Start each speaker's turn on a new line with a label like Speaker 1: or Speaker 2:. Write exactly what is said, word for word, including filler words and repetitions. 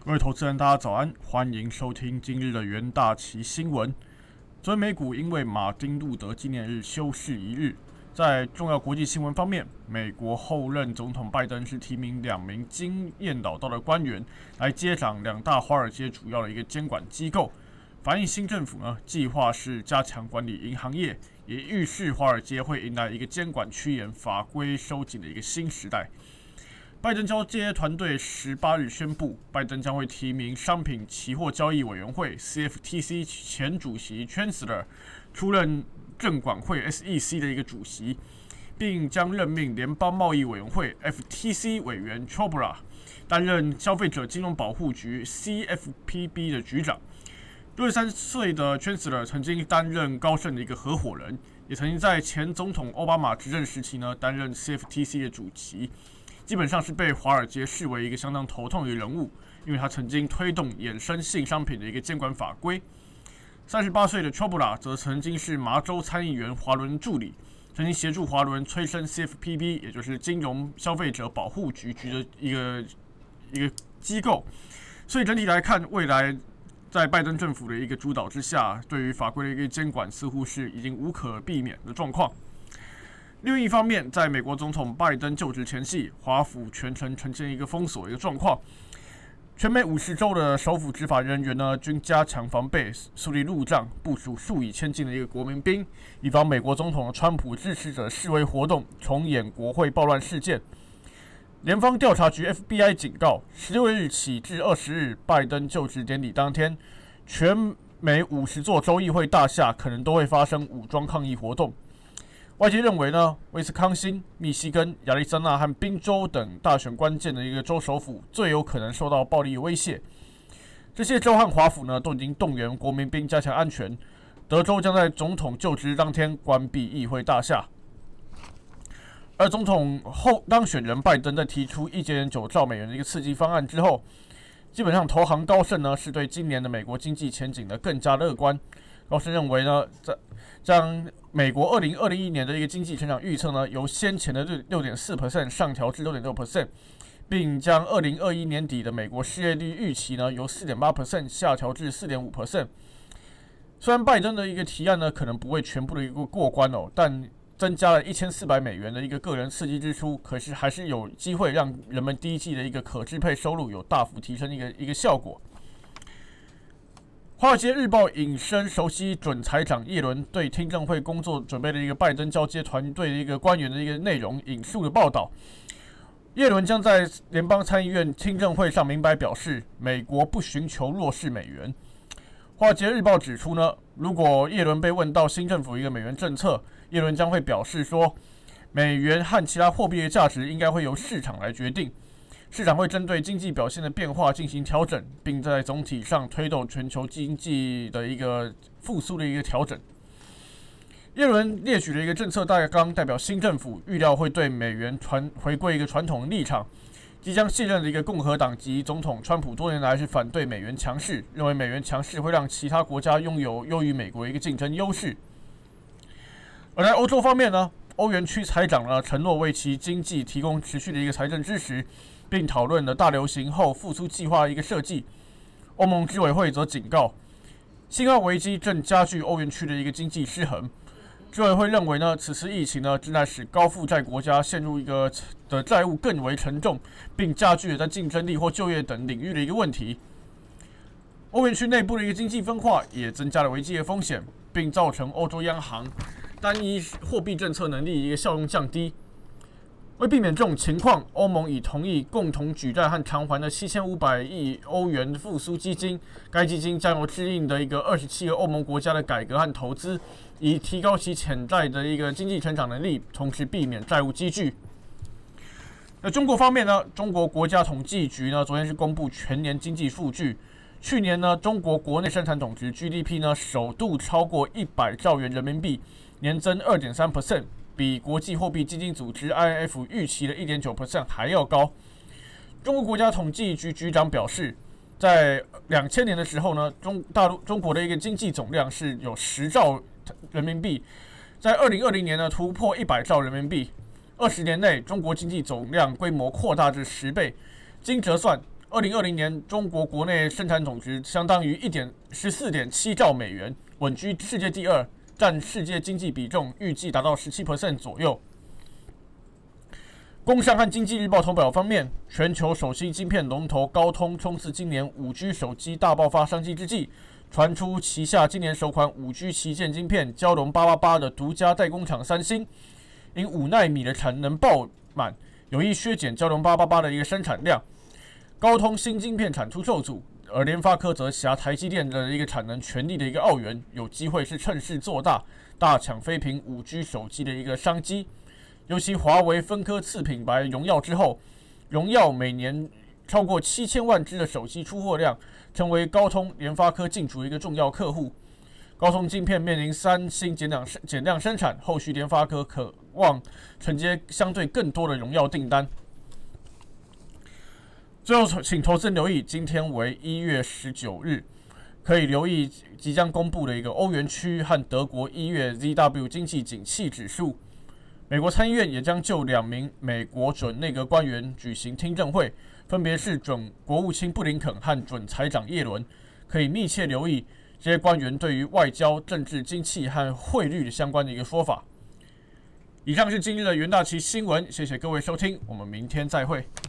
Speaker 1: 各位投资人，大家早安，欢迎收听今日的元大旗新闻。昨天美股因为马丁路德纪念日休市一日。在重要国际新闻方面，美国后任总统拜登是提名两名经验老道的官员来接掌两大华尔街主要的一个监管机构。反映新政府呢计划是加强管理银行业，也预示华尔街会迎来一个监管趋严、法规收紧的一个新时代。拜登交接团队十八日宣布，拜登将会提名商品期货交易委员会 C F T C 前主席 Chancellor 出任证管会 S E C 的一个主席，并将任命联邦贸易委员会 F T C 委员 Chobra 担任消费者金融保护局 C F P B 的局长。六十三岁的 Chancellor 曾经担任高盛的一个合伙人，也曾经在前总统奥巴马执政时期呢担任 C F T C 的主席。基本上是被华尔街视为一个相当头痛的人物，因为他曾经推动衍生性商品的一个监管法规。三十八岁的 Chobra 则曾经是麻州参议员华伦助理，曾经协助华伦催生 C F P B， 也就是金融消费者保护局局的一个一个机构。所以整体来看，未来在拜登政府的一个主导之下，对于法规的一个监管似乎是已经无可避免的状况。另一方面，在美国总统拜登就职前夕，华府全程呈现一个封锁的一个状况。全美五十州的首府执法人员呢，均加强防备，树立路障，部署数以千计的一个国民兵，以防美国总统的川普支持者示威活动重演国会暴乱事件。联邦调查局 F B I 警告，十六日起至二十日，拜登就职典礼当天，全美五十座州议会大厦可能都会发生武装抗议活动。外界认为呢，威斯康星、密西根、亚利桑那和宾州等大选关键的一个州首府最有可能受到暴力威胁。这些州和华府呢都已经动员国民兵加强安全。德州将在总统就职当天关闭议会大厦。而总统后当选人拜登在提出一点九兆美元的一个刺激方案之后，基本上投行高盛呢是对今年的美国经济前景呢更加乐观。高盛认为呢，在将美国二零二零年的一个经济成长预测呢，由先前的 百分之六点四 上调至 百分之六点六， 并将二零二一年底的美国失业率预期呢，由 百分之四点八 下调至 百分之四点五。虽然拜登的一个提案呢，可能不会全部的一个过关哦，但增加了一千四百美元的一个个人刺激支出，可是还是有机会让人们第一季的一个可支配收入有大幅提升的一个一个效果。华尔街日报引申熟悉准财长耶伦对听证会工作准备的一个拜登交接团队的一个官员的一个内容引述的报道，耶伦将在联邦参议院听证会上明白表示，美国不寻求弱势美元。华尔街日报指出呢，如果耶伦被问到新政府一个美元政策，耶伦将会表示说，美元和其他货币的价值应该会由市场来决定。市场会针对经济表现的变化进行调整，并在总体上推动全球经济的一个复苏的一个调整。耶伦列举的一个政策大纲代表新政府预料会对美元传回归一个传统立场。即将卸任的一个共和党籍总统川普多年来是反对美元强势，认为美元强势会让其他国家拥有优于美国的一个竞争优势。而在欧洲方面呢，欧元区财长呢承诺为其经济提供持续的一个财政支持，并讨论了大流行后复苏计划的一个设计。欧盟执委会则警告，新冠危机正加剧欧元区的一个经济失衡。执委会认为呢，此次疫情呢正在使高负债国家陷入一个的债务更为沉重，并加剧了在竞争力或就业等领域的一个问题。欧元区内部的一个经济分化也增加了危机的风险，并造成欧洲央行单一货币政策能力一个效用降低。为避免这种情况，欧盟已同意共同举债和偿还的七千五百亿欧元复苏基金。该基金将由支应的一个二十七个欧盟国家的改革和投资，以提高其潜在的一个经济成长能力，同时避免债务积聚。那中国方面呢？中国国家统计局呢昨天是公布全年经济数据。去年呢，中国国内生产总值 G D P 呢首度超过一百兆元人民币，年增 百分之二点三。比国际货币基金组织 I M F 预期的 百分之一点九 还要高。中国国家统计局局长表示，在两千年的时候呢，中大陆中国的一个经济总量是有十兆人民币，在二零二零年呢突破一百兆人民币。二十年内，中国经济总量规模扩大至十倍。经折算， 二零二零年中国国内生产总值相当于一点十四点七兆美元，稳居世界第二，占世界经济比重预计达到 百分之十七 左右。工商和经济日报头版方面，全球手机晶片龙头高通冲刺今年 五 G 手机大爆发商机之际，传出旗下今年首款 五 G 旗舰晶片骁龙八八八的独家代工厂三星，因五奈米的产能爆满，有意削减骁龙八八八的一个生产量。高通新晶片产出受阻，而联发科则挟台积电的一个产能全力的一个澳元，有机会是趁势做大，大抢飞屏 五 G 手机的一个商机。尤其华为分科次品牌荣耀之后，荣耀每年超过七千万只的手机出货量，成为高通、联发科进驻一个重要客户。高通晶片面临三星减量减量生产，后续联发科渴望承接相对更多的荣耀订单。最后，请投资人留意，今天为一月十九日，可以留意即将公布的一个欧元区和德国一月 Z W 经济景气指数。美国参议院也将就两名美国准内阁官员举行听证会，分别是准国务卿布林肯和准财长耶伦，可以密切留意这些官员对于外交、政治、经济和汇率相关的一个说法。以上是今日的元大旗新闻，谢谢各位收听，我们明天再会。